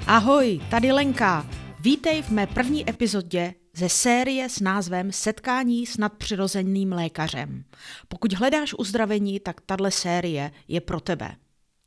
Ahoj, tady Lenka. Vítej v mé první epizodě ze série s názvem Setkání s nadpřirozeným lékařem. Pokud hledáš uzdravení, tak tato série je pro tebe.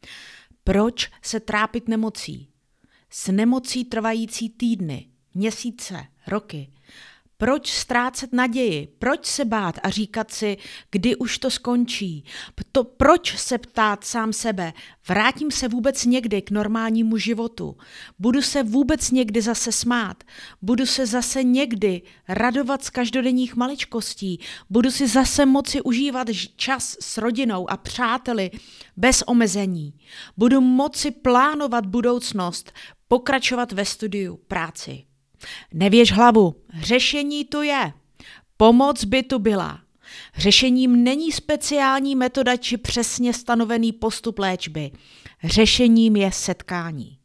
Proč se trápit nemocí? S nemocí trvající týdny, měsíce, roky. Proč ztrácet naději? Proč se bát a říkat si, kdy už to skončí? Proč se ptát sám sebe, vrátím se vůbec někdy k normálnímu životu? Budu se vůbec někdy zase smát? Budu se zase někdy radovat z každodenních maličkostí? Budu si zase moci užívat čas s rodinou a přáteli bez omezení? Budu moci plánovat budoucnost, pokračovat ve studiu, práci? Nevěž hlavu, řešení tu je. Pomoc by tu byla. Řešením není speciální metoda či přesně stanovený postup léčby. Řešením je setkání.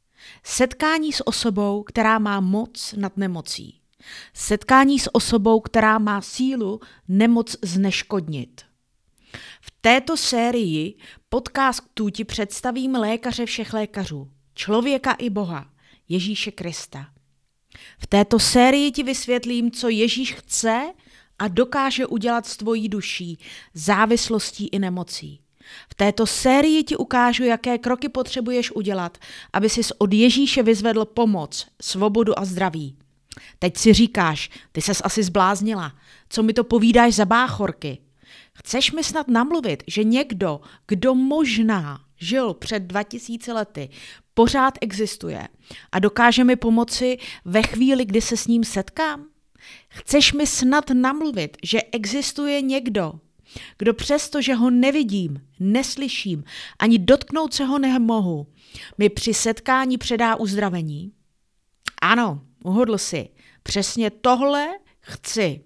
Setkání s osobou, která má moc nad nemocí. Setkání s osobou, která má sílu zneškodnit. V této sérii podcastu ti představím lékaře všech lékařů, člověka i Boha, Ježíše Krista. V této sérii ti vysvětlím, co Ježíš chce a dokáže udělat s tvojí duší, závislostí i nemocí. V této sérii ti ukážu, jaké kroky potřebuješ udělat, aby sis od Ježíše vyzvedl pomoc, svobodu a zdraví. Teď si říkáš, ty ses asi zbláznila, co mi to povídáš za báchorky? Chceš mi snad namluvit, že někdo, kdo možná žil před 2000 lety, pořád existuje a dokáže mi pomoci ve chvíli, kdy se s ním setkám? Chceš mi snad namluvit, že existuje někdo, kdo přesto, že ho nevidím, neslyším, ani dotknout se ho nemohu, mi při setkání předá uzdravení? Ano, uhodl si, přesně tohle chci.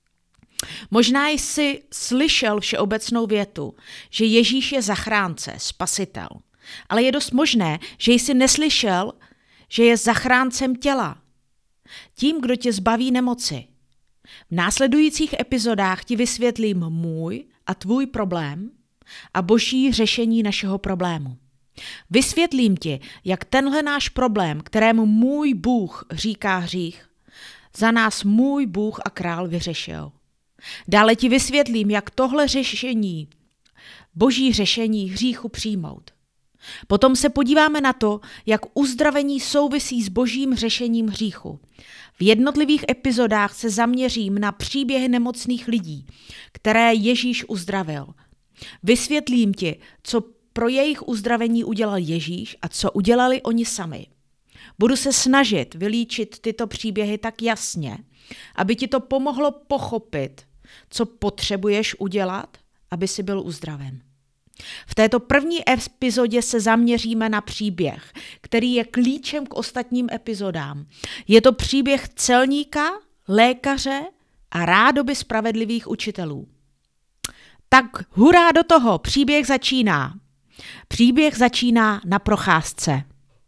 Možná jsi slyšel všeobecnou větu, že Ježíš je zachránce, spasitel. Ale je dost možné, že jsi neslyšel, že je zachráncem těla. Tím, kdo tě zbaví nemoci. V následujících epizodách ti vysvětlím můj a tvůj problém a boží řešení našeho problému. Vysvětlím ti, jak tenhle náš problém, kterému můj Bůh říká hřích, za nás můj Bůh a král vyřešil. Dále ti vysvětlím, jak tohle řešení, boží řešení hříchu přijmout. Potom se podíváme na to, jak uzdravení souvisí s božím řešením hříchu. V jednotlivých epizodách se zaměřím na příběhy nemocných lidí, které Ježíš uzdravil. Vysvětlím ti, co pro jejich uzdravení udělal Ježíš a co udělali oni sami. Budu se snažit vylíčit tyto příběhy tak jasně, aby ti to pomohlo pochopit, co potřebuješ udělat, aby si byl uzdraven. V této první epizodě se zaměříme na příběh, který je klíčem k ostatním epizodám. Je to příběh celníka, lékaře a rádoby spravedlivých učitelů. Tak hurá do toho, příběh začíná. Příběh začíná na procházce.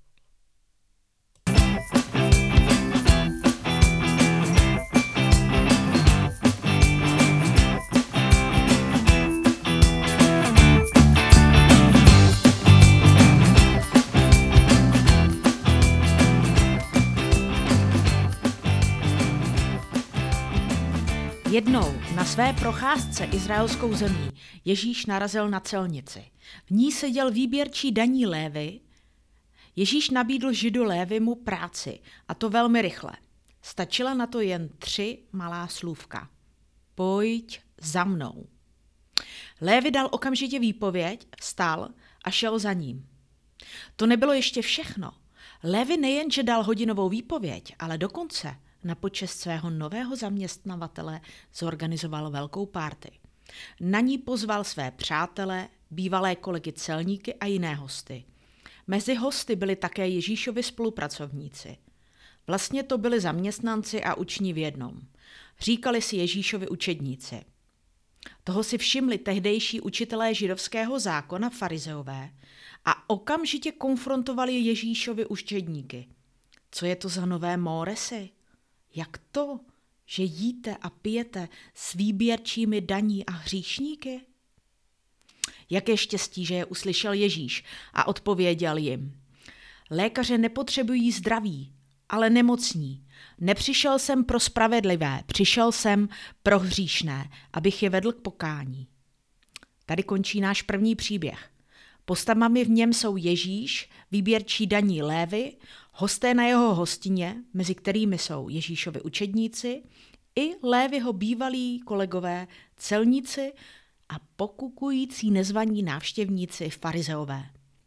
Jednou na své procházce izraelskou zemí Ježíš narazil na celnici. V ní seděl výběrčí daní Lévi. Ježíš nabídl Židu Lévimu práci, a to velmi rychle. Stačila na to jen 3 malá slůvka. Pojď za mnou. Lévi dal okamžitě výpověď, vstal a šel za ním. To nebylo ještě všechno. Lévi nejenže dal hodinovou výpověď, ale dokonce na počest svého nového zaměstnavatele zorganizoval velkou party. Na ní pozval své přátele, bývalé kolegy celníky a jiné hosty. Mezi hosty byli také Ježíšovi spolupracovníci. Vlastně to byli zaměstnanci a učni v jednom. Říkali si Ježíšovi učedníci. Toho si všimli tehdejší učitelé židovského zákona, farizeové, a okamžitě konfrontovali Ježíšovi učedníky. Co je to za nové móresy? Jak to, že jíte a pijete s výběrčími daní a hříšníky? Jaké štěstí, že je uslyšel Ježíš a odpověděl jim. Lékaře nepotřebují zdraví, ale nemocní. Nepřišel jsem pro spravedlivé, přišel jsem pro hříšné, abych je vedl k pokání. Tady končí náš první příběh. Postavami v něm jsou Ježíš, výběrčí daní Lévi, hosté na jeho hostině, mezi kterými jsou Ježíšovi učedníci, i Léviho bývalí kolegové, celníci a pokukující nezvaní návštěvníci farizeové.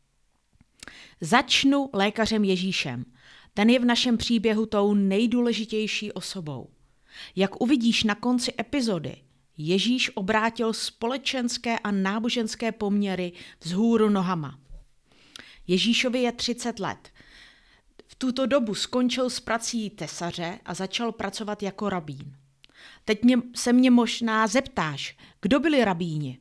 Začnu lékařem Ježíšem. Ten je v našem příběhu tou nejdůležitější osobou. Jak uvidíš na konci epizody, Ježíš obrátil společenské a náboženské poměry vzhůru nohama. Ježíšovi je 30 let. V tuto dobu skončil s prací tesaře a začal pracovat jako rabín. Teď se mě možná zeptáš, kdo byli rabíni?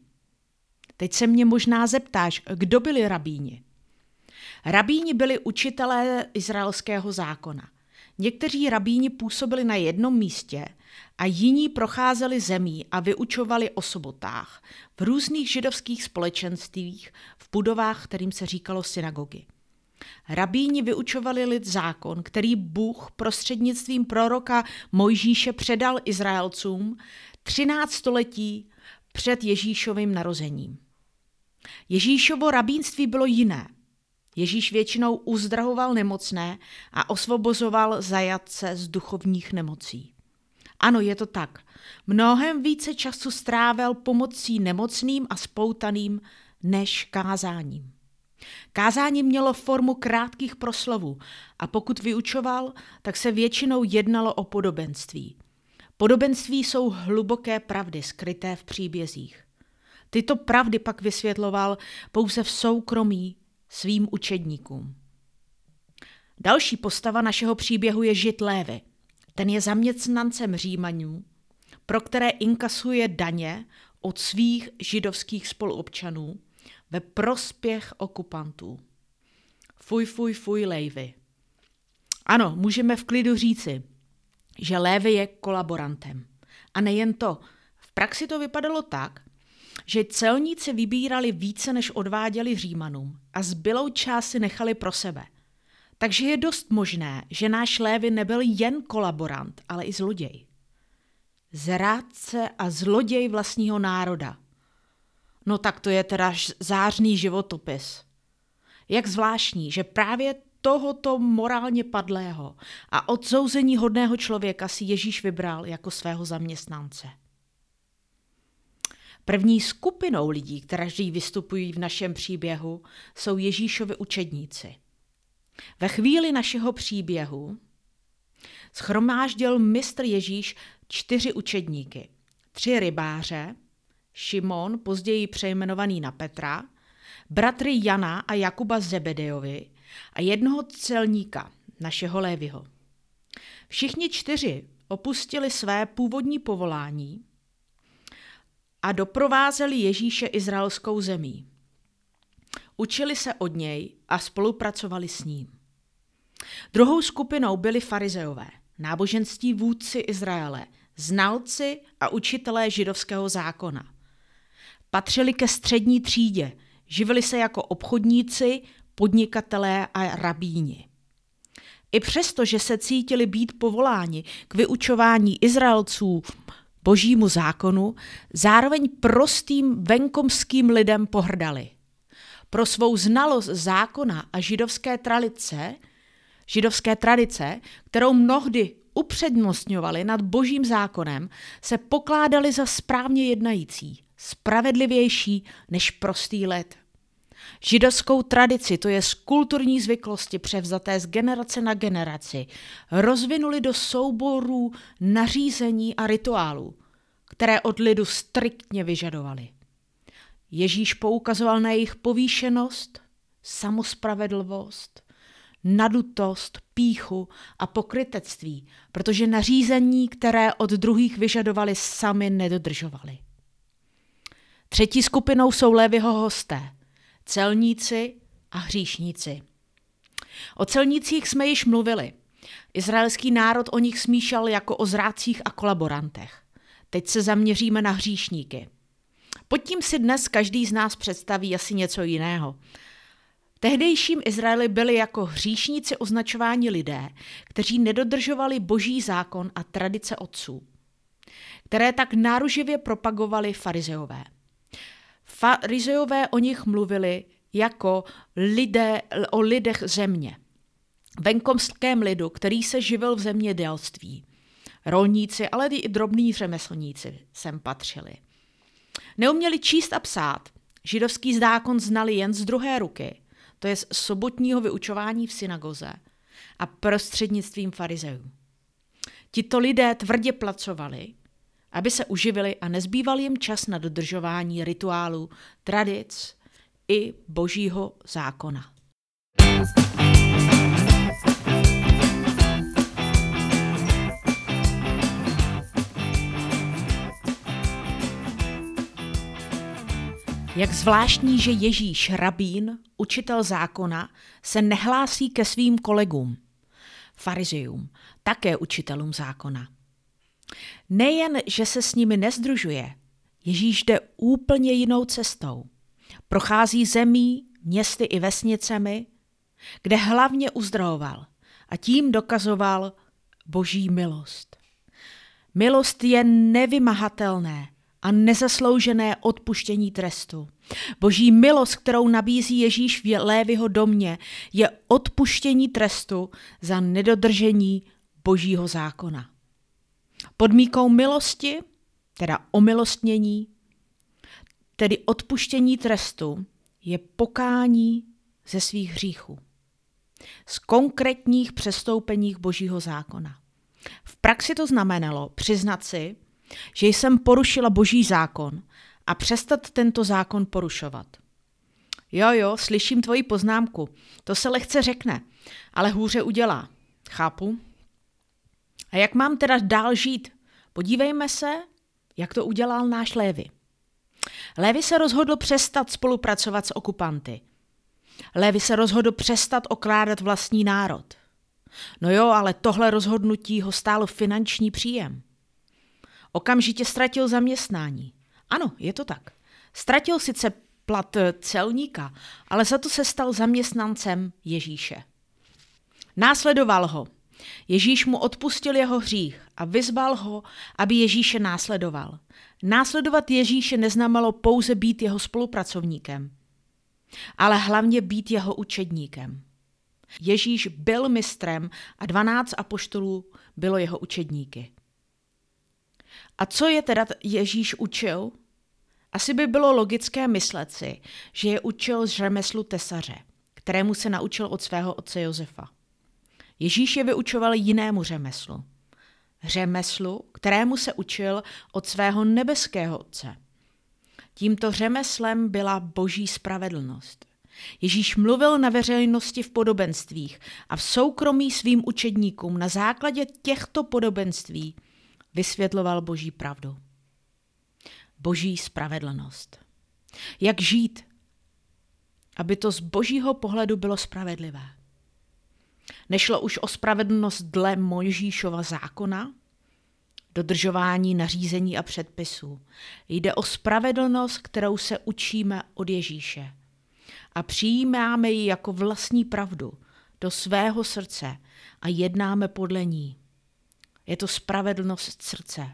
Rabíni byli učitelé izraelského zákona. Někteří rabíni působili na jednom místě a jiní procházeli zemí a vyučovali o sobotách v různých židovských společenstvích v budovách, kterým se říkalo synagogy. Rabíni vyučovali lid zákon, který Bůh prostřednictvím proroka Mojžíše předal Izraelcům 13 století před Ježíšovým narozením. Ježíšovo rabínství bylo jiné. Ježíš většinou uzdravoval nemocné a osvobozoval zajatce z duchovních nemocí. Ano, je to tak. Mnohem více času strávil pomocí nemocným a spoutaným než kázáním. Kázání mělo formu krátkých proslovů a pokud vyučoval, tak se většinou jednalo o podobenství. Podobenství jsou hluboké pravdy skryté v příbězích. Tyto pravdy pak vysvětloval pouze v soukromí svým učedníkům. Další postava našeho příběhu je Žid Lévi. Ten je zaměstnancem Římanů, pro které inkasuje daně od svých židovských spoluobčanů ve prospěch okupantů. Fuj, Lévi. Ano, můžeme v klidu říci, že Lévi je kolaborantem. A nejen to, v praxi to vypadalo tak, že celníci vybírali více, než odváděli Římanům a zbylou část si nechali pro sebe. Takže je dost možné, že náš Lévi nebyl jen kolaborant, ale i zloděj. Zrádce a zloděj vlastního národa. No tak to je teda zářný životopis. Jak zvláštní, že právě tohoto morálně padlého a odsouzení hodného člověka si Ježíš vybral jako svého zaměstnance. První skupinou lidí, kteří vystupují v našem příběhu, jsou Ježíšovi učedníci. Ve chvíli našeho příběhu shromáždil mistr Ježíš 4 učedníky, 3 rybáře, Šimon, později přejmenovaný na Petra, bratry Jana a Jakuba Zebedejovi a jednoho celníka, našeho Léviho. Všichni 4 opustili své původní povolání a doprovázeli Ježíše izraelskou zemí. Učili se od něj a spolupracovali s ním. Druhou skupinou byli farizeové, náboženští vůdci Izraele, znalci a učitelé židovského zákona. Patřili ke střední třídě, živili se jako obchodníci, podnikatelé a rabíni. I přesto, že se cítili být povoláni k vyučování Izraelců božímu zákonu, zároveň prostým venkovským lidem pohrdali. Pro svou znalost zákona a židovské tradice, kterou mnohdy upřednostňovali nad božím zákonem, se pokládali za správně jednající, spravedlivější než prostý lid. Židovskou tradici, to je z kulturní zvyklosti převzaté z generace na generaci, rozvinuli do souborů nařízení a rituálů, které od lidu striktně vyžadovali. Ježíš poukazoval na jejich povýšenost, samospravedlivost, nadutost, pýchu a pokrytectví, protože nařízení, které od druhých vyžadovali, sami nedodržovali. Třetí skupinou jsou Léviho hosté, celníci a hříšníci. O celnících jsme již mluvili. Izraelský národ o nich smýšlel jako o zrádcích a kolaborantech. Teď se zaměříme na hříšníky. Pod tím si dnes každý z nás představí asi něco jiného. tehdejším Izraeli byli jako hříšníci označováni lidé, kteří nedodržovali boží zákon a tradice otců, které tak náruživě propagovali farizeové. Farizeové o nich mluvili jako o lidech země, venkovském lidu, který se živil v zemědělství. Rolníci, ale i drobní řemeslníci sem patřili. Neuměli číst a psát, židovský zákon znali jen z druhé ruky, to je z sobotního vyučování v synagoze a prostřednictvím farizeů. Tito lidé tvrdě pracovali, aby se uživili a nezbýval jim čas na dodržování rituálů, tradic i božího zákona. Jak zvláštní, že Ježíš, rabín, učitel zákona, se nehlásí ke svým kolegům, farizejům, také učitelům zákona. Nejen, že se s nimi nesdružuje, Ježíš jde úplně jinou cestou. Prochází zemí, městy i vesnicemi, kde hlavně uzdravoval a tím dokazoval boží milost. Milost je nevymahatelné a nezasloužené odpuštění trestu. Boží milost, kterou nabízí Ježíš v Léviho domě, je odpuštění trestu za nedodržení božího zákona. Podmínkou milosti, teda omilostnění, tedy odpuštění trestu, je pokání ze svých hříchů, z konkrétních přestoupení božího zákona. V praxi to znamenalo přiznat si, že jsem porušila boží zákon a přestat tento zákon porušovat. Jo, slyším tvoji poznámku, to se lehce řekne, ale hůře udělá. Chápu. A jak mám teda dál žít? Podívejme se, jak to udělal náš Lévi. Lévi se rozhodl přestat spolupracovat s okupanty. Lévi se rozhodl přestat okrádat vlastní národ. No jo, ale tohle rozhodnutí ho stálo finanční příjem. Okamžitě ztratil zaměstnání. Ano, je to tak. Ztratil sice plat celníka, ale za to se stal zaměstnancem Ježíše. Následoval ho. Ježíš mu odpustil jeho hřích a vyzval ho, aby Ježíše následoval. Následovat Ježíše neznamenalo pouze být jeho spolupracovníkem, ale hlavně být jeho učedníkem. Ježíš byl mistrem a 12 apoštolů bylo jeho učedníky. A co je teda Ježíš učil? Asi by bylo logické myslet si, že je učil z řemeslu tesaře, kterému se naučil od svého otce Josefa. Ježíš je vyučoval jinému řemeslu. Řemeslu, kterému se učil od svého nebeského otce. Tímto řemeslem byla boží spravedlnost. Ježíš mluvil na veřejnosti v podobenstvích a v soukromí svým učedníkům na základě těchto podobenství vysvětloval boží pravdu. Boží spravedlnost. Jak žít, aby to z božího pohledu bylo spravedlivé. Nešlo už o spravedlnost dle Mojžíšova zákona, dodržování nařízení a předpisů. Jde o spravedlnost, kterou se učíme od Ježíše. A přijímáme ji jako vlastní pravdu do svého srdce a jednáme podle ní. Je to spravedlnost srdce.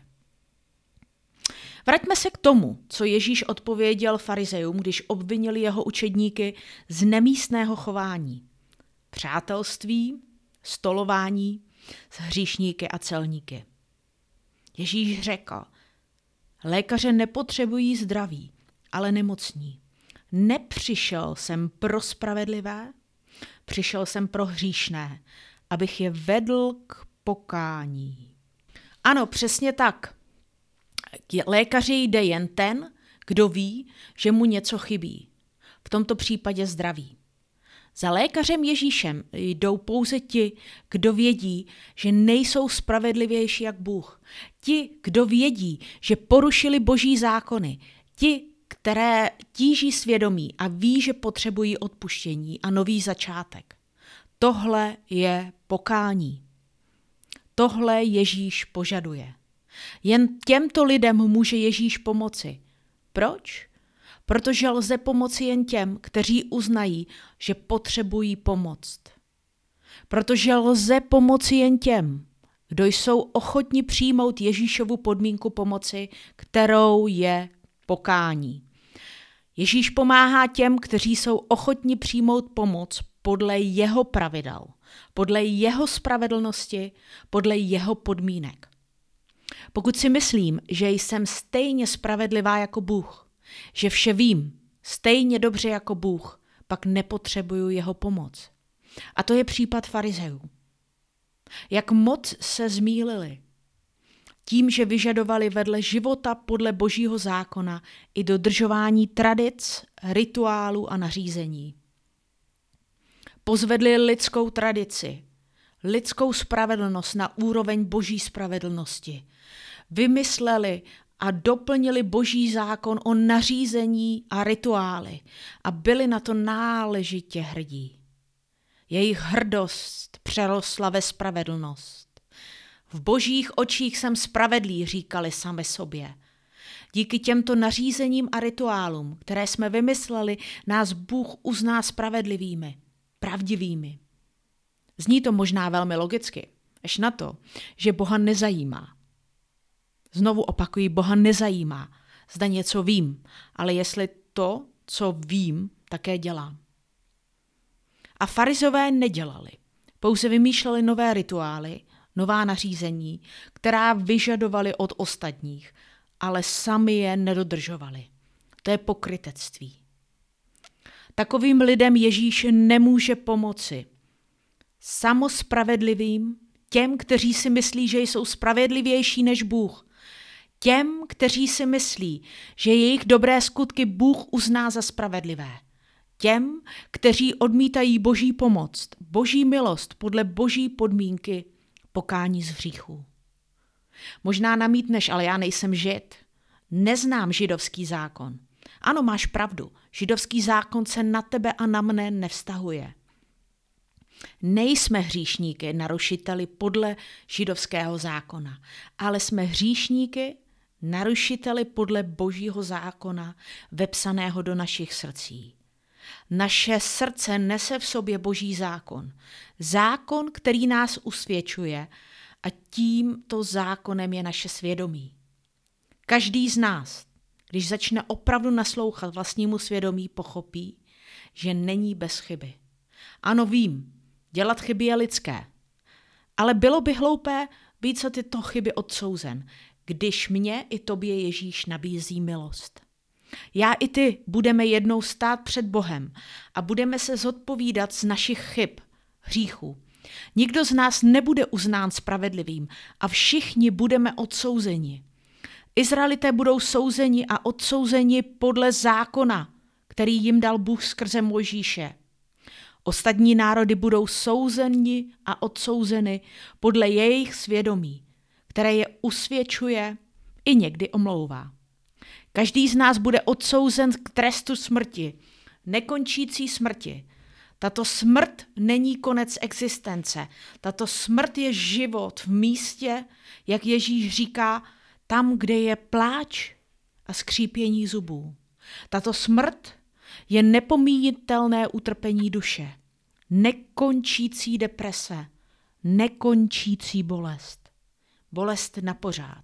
Vraťme se k tomu, co Ježíš odpověděl farizejům, když obvinili jeho učedníky z nemístného chování. Přátelství, stolování s hříšníky a celníky. Ježíš řekl, lékaře nepotřebují zdraví, ale nemocní. Nepřišel jsem pro spravedlivé, přišel jsem pro hříšné, abych je vedl k pokání. Ano, přesně tak. K lékaři jde jen ten, kdo ví, že mu něco chybí. V tomto případě zdraví. Za lékařem Ježíšem jdou pouze ti, kdo vědí, že nejsou spravedlivější jak Bůh. Ti, kdo vědí, že porušili boží zákony. Ti, které tíží svědomí a ví, že potřebují odpuštění a nový začátek. Tohle je pokání. Tohle Ježíš požaduje. Jen těmto lidem může Ježíš pomoci. Proč? Protože lze pomoci jen těm, kteří uznají, že potřebují pomoc. Protože lze pomoci jen těm, kdo jsou ochotni přijmout Ježíšovu podmínku pomoci, kterou je pokání. Ježíš pomáhá těm, kteří jsou ochotni přijmout pomoc podle jeho pravidel, podle jeho spravedlnosti, podle jeho podmínek. Pokud si myslím, že jsem stejně spravedlivá jako Bůh, že vše vím stejně dobře jako Bůh, pak nepotřebuju jeho pomoc. A to je případ farizeů. Jak moc se zmýlili tím, že vyžadovali vedle života podle Božího zákona i dodržování tradic, rituálů a nařízení. Pozvedli lidskou tradici, lidskou spravedlnost na úroveň Boží spravedlnosti. Vymysleli a doplnili Boží zákon o nařízení a rituály a byli na to náležitě hrdí. Jejich hrdost přerostla ve spravedlnost. V Božích očích jsem spravedlý, říkali sami sobě. Díky těmto nařízením a rituálům, které jsme vymysleli, nás Bůh uzná spravedlivými, pravdivými. Zní to možná velmi logicky, až na to, že Boha nezajímá. Znovu opakuji, Boha nezajímá, zda něco vím, ale jestli to, co vím, také dělám. A farizové nedělali, pouze vymýšleli nové rituály, nová nařízení, která vyžadovali od ostatních, ale sami je nedodržovali. To je pokrytectví. Takovým lidem Ježíš nemůže pomoci. Samospravedlivým, těm, kteří si myslí, že jsou spravedlivější než Bůh, těm, kteří si myslí, že jejich dobré skutky Bůh uzná za spravedlivé, těm, kteří odmítají Boží pomoc, Boží milost podle Boží podmínky pokání z hříchů. Možná namítneš, ale já nejsem Žid. Neznám židovský zákon. Ano, máš pravdu, židovský zákon se na tebe a na mne nevztahuje. Nejsme hříšníky, narušiteli podle židovského zákona, ale jsme hříšníky, narušiteli podle Božího zákona, vepsaného do našich srdcí. Naše srdce nese v sobě Boží zákon. Zákon, který nás usvědčuje, a tímto zákonem je naše svědomí. Každý z nás, když začne opravdu naslouchat vlastnímu svědomí, pochopí, že není bez chyby. Ano, vím, dělat chyby je lidské, ale bylo by hloupé být za tyto chyby odsouzen, když mě i tobě Ježíš nabízí milost. Já i ty budeme jednou stát před Bohem a budeme se zodpovídat z našich chyb, hříchů. Nikdo z nás nebude uznán spravedlivým a všichni budeme odsouzeni. Izraelité budou souzeni a odsouzeni podle zákona, který jim dal Bůh skrze Mojžíše. Ostatní národy budou souzeni a odsouzeny podle jejich svědomí, které je usvědčuje i někdy omlouvá. Každý z nás bude odsouzen k trestu smrti, nekončící smrti. Tato smrt není konec existence. Tato smrt je život v místě, jak Ježíš říká, tam, kde je pláč a skřípění zubů. Tato smrt je nepomíjitelné utrpení duše, nekončící deprese, nekončící bolest. Bolest na pořád.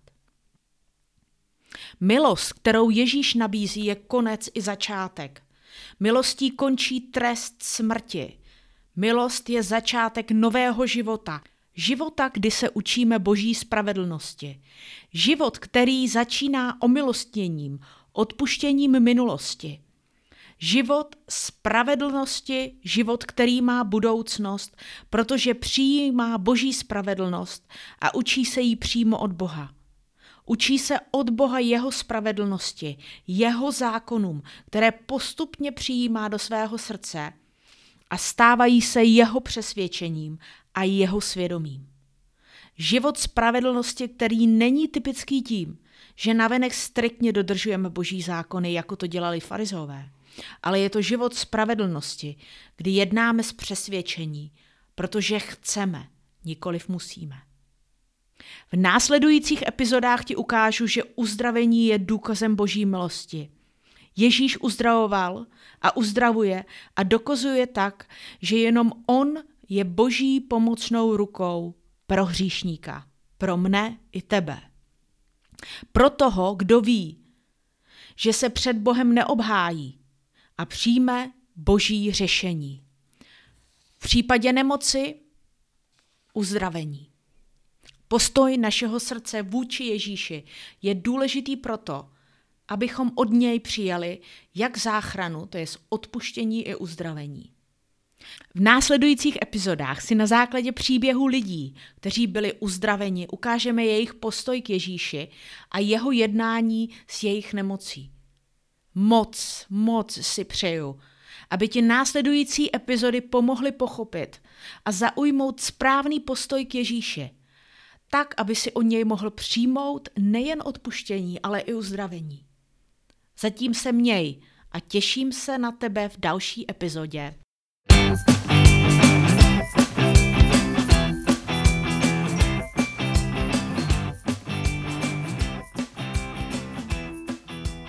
Milost, kterou Ježíš nabízí, je konec i začátek. Milostí končí trest smrti. Milost je začátek nového života. Života, kdy se učíme Boží spravedlnosti. Život, který začíná omilostněním, odpuštěním minulosti. Život spravedlnosti, život, který má budoucnost, protože přijímá Boží spravedlnost a učí se jí přímo od Boha. Učí se od Boha jeho spravedlnosti, jeho zákonům, které postupně přijímá do svého srdce a stávají se jeho přesvědčením a jeho svědomím. Život spravedlnosti, který není typický tím, že navenek striktně dodržujeme Boží zákony, jako to dělali farizové, ale je to život spravedlnosti, kdy jednáme z přesvědčení, protože chceme, nikoliv musíme. V následujících epizodách ti ukážu, že uzdravení je důkazem Boží milosti. Ježíš uzdravoval a uzdravuje a dokazuje tak, že jenom on je Boží pomocnou rukou pro hříšníka, pro mne i tebe. Pro toho, kdo ví, že se před Bohem neobhájí a přijme Boží řešení. V případě nemoci uzdravení. Postoj našeho srdce vůči Ježíši je důležitý proto, abychom od něj přijali jak záchranu, to je odpuštění i uzdravení. V následujících epizodách si na základě příběhu lidí, kteří byli uzdraveni, ukážeme jejich postoj k Ježíši a jeho jednání s jejich nemocí. Moc si přeju, aby ti následující epizody pomohly pochopit a zaujmout správný postoj k Ježíši, tak, aby si od něj mohl přijmout nejen odpuštění, ale i uzdravení. Zatím se měj a těším se na tebe v další epizodě.